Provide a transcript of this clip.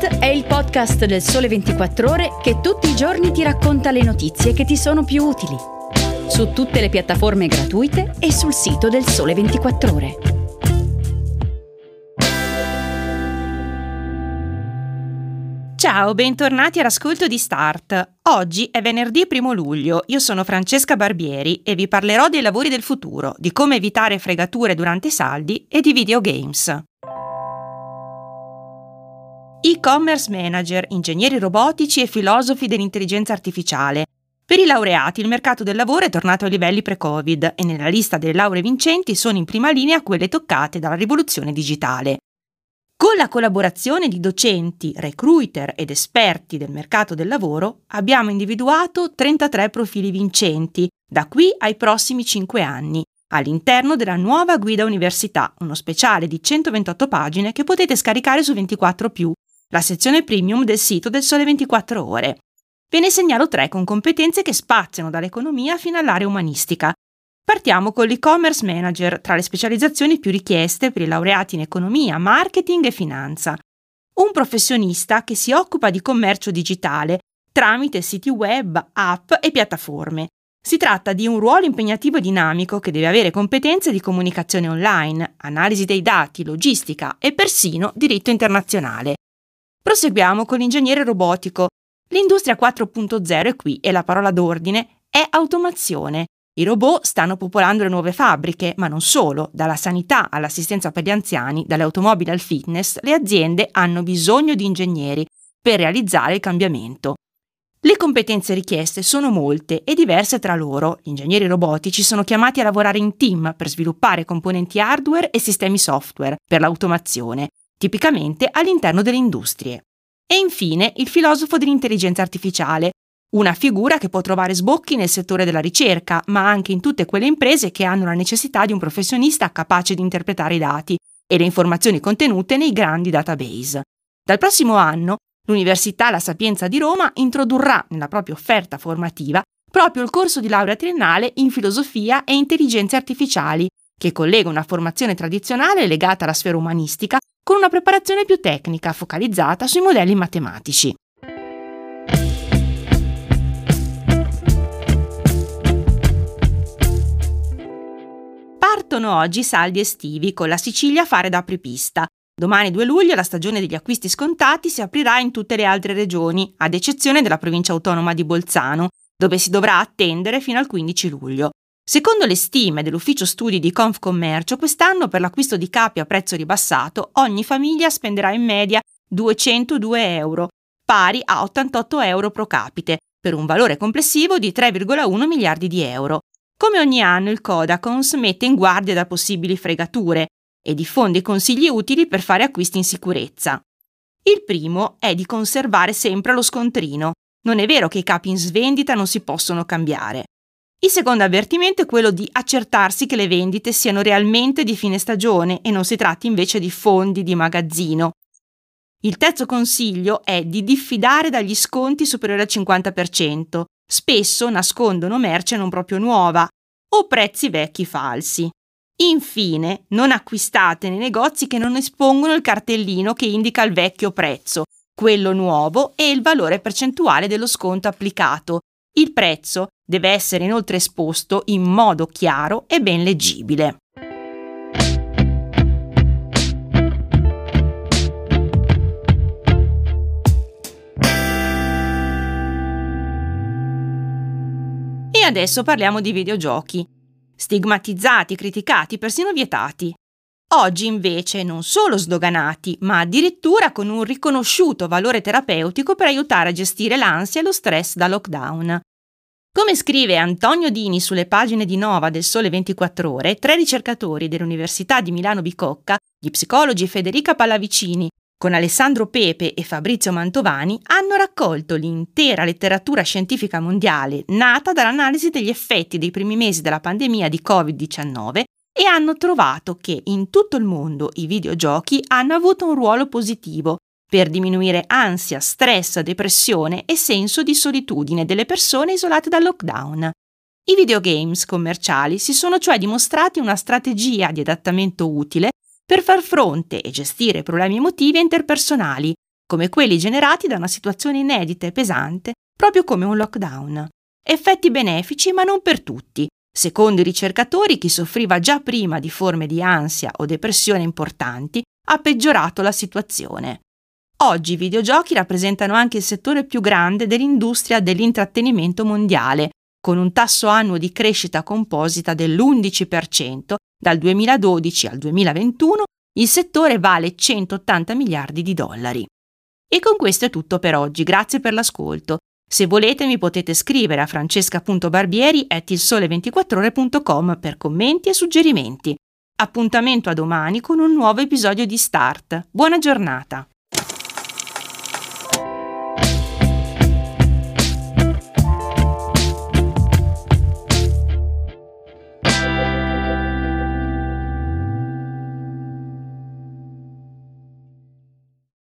Start è il podcast del Sole 24 Ore che tutti i giorni ti racconta le notizie che ti sono più utili. Su tutte le piattaforme gratuite e sul sito del Sole 24 Ore. Ciao, bentornati all'ascolto di Start. Oggi è venerdì 1 luglio, io sono Francesca Barbieri e vi parlerò dei lavori del futuro, di come evitare fregature durante i saldi e di videogames. E-commerce manager, ingegneri robotici e filosofi dell'intelligenza artificiale. Per i laureati il mercato del lavoro è tornato ai livelli pre-Covid e nella lista delle lauree vincenti sono in prima linea quelle toccate dalla rivoluzione digitale. Con la collaborazione di docenti, recruiter ed esperti del mercato del lavoro abbiamo individuato 33 profili vincenti da qui ai prossimi 5 anni, all'interno della nuova Guida Università, uno speciale di 128 pagine che potete scaricare su 24+, la sezione premium del sito del Sole 24 Ore. Ve ne segnalo 3 con competenze che spaziano dall'economia fino all'area umanistica. Partiamo con l'e-commerce manager, tra le specializzazioni più richieste per i laureati in economia, marketing e finanza. Un professionista che si occupa di commercio digitale tramite siti web, app e piattaforme. Si tratta di un ruolo impegnativo e dinamico che deve avere competenze di comunicazione online, analisi dei dati, logistica e persino diritto internazionale. Proseguiamo con l'ingegnere robotico. L'industria 4.0 è qui e la parola d'ordine è automazione. I robot stanno popolando le nuove fabbriche, ma non solo. Dalla sanità all'assistenza per gli anziani, dalle automobili al fitness, le aziende hanno bisogno di ingegneri per realizzare il cambiamento. Le competenze richieste sono molte e diverse tra loro. Gli ingegneri robotici sono chiamati a lavorare in team per sviluppare componenti hardware e sistemi software per l'automazione, tipicamente all'interno delle industrie. E infine il filosofo dell'intelligenza artificiale, una figura che può trovare sbocchi nel settore della ricerca, ma anche in tutte quelle imprese che hanno la necessità di un professionista capace di interpretare i dati e le informazioni contenute nei grandi database. Dal prossimo anno, l'Università La Sapienza di Roma introdurrà nella propria offerta formativa proprio il corso di laurea triennale in filosofia e intelligenze artificiali, che collega una formazione tradizionale legata alla sfera umanistica con una preparazione più tecnica focalizzata sui modelli matematici. Partono oggi i saldi estivi con la Sicilia a fare da apripista. Domani 2 luglio la stagione degli acquisti scontati si aprirà in tutte le altre regioni, ad eccezione della provincia autonoma di Bolzano, dove si dovrà attendere fino al 15 luglio. Secondo le stime dell'ufficio studi di Confcommercio, quest'anno per l'acquisto di capi a prezzo ribassato ogni famiglia spenderà in media 202 euro, pari a 88 euro pro capite, per un valore complessivo di 3,1 miliardi di euro. Come ogni anno il Codacons mette in guardia da possibili fregature e diffonde consigli utili per fare acquisti in sicurezza. Il primo è di conservare sempre lo scontrino. Non è vero che i capi in svendita non si possono cambiare. Il secondo avvertimento è quello di accertarsi che le vendite siano realmente di fine stagione e non si tratti invece di fondi di magazzino. Il terzo consiglio è di diffidare dagli sconti superiori al 50%. Spesso nascondono merce non proprio nuova o prezzi vecchi falsi. Infine, non acquistate nei negozi che non espongono il cartellino che indica il vecchio prezzo, quello nuovo e il valore percentuale dello sconto applicato. Il prezzo deve essere inoltre esposto in modo chiaro e ben leggibile. E adesso parliamo di videogiochi. Stigmatizzati, criticati, persino vietati. Oggi invece non solo sdoganati, ma addirittura con un riconosciuto valore terapeutico per aiutare a gestire l'ansia e lo stress da lockdown. Come scrive Antonio Dini sulle pagine di Nova del Sole 24 Ore, 3 ricercatori dell'Università di Milano Bicocca, gli psicologi Federica Pallavicini, con Alessandro Pepe e Fabrizio Mantovani, hanno raccolto l'intera letteratura scientifica mondiale nata dall'analisi degli effetti dei primi mesi della pandemia di Covid-19 e hanno trovato che in tutto il mondo i videogiochi hanno avuto un ruolo positivo per diminuire ansia, stress, depressione e senso di solitudine delle persone isolate dal lockdown. I videogames commerciali si sono cioè dimostrati una strategia di adattamento utile per far fronte e gestire problemi emotivi e interpersonali, come quelli generati da una situazione inedita e pesante, proprio come un lockdown. Effetti benefici, ma non per tutti. Secondo i ricercatori, chi soffriva già prima di forme di ansia o depressione importanti ha peggiorato la situazione. Oggi i videogiochi rappresentano anche il settore più grande dell'industria dell'intrattenimento mondiale, con un tasso annuo di crescita composita dell'11%. Dal 2012 al 2021 il settore vale 180 miliardi di dollari. E con questo è tutto per oggi, grazie per l'ascolto. Se volete mi potete scrivere a francesca.barbieri@ilsole24ore.com per commenti e suggerimenti. Appuntamento a domani con un nuovo episodio di Start. Buona giornata!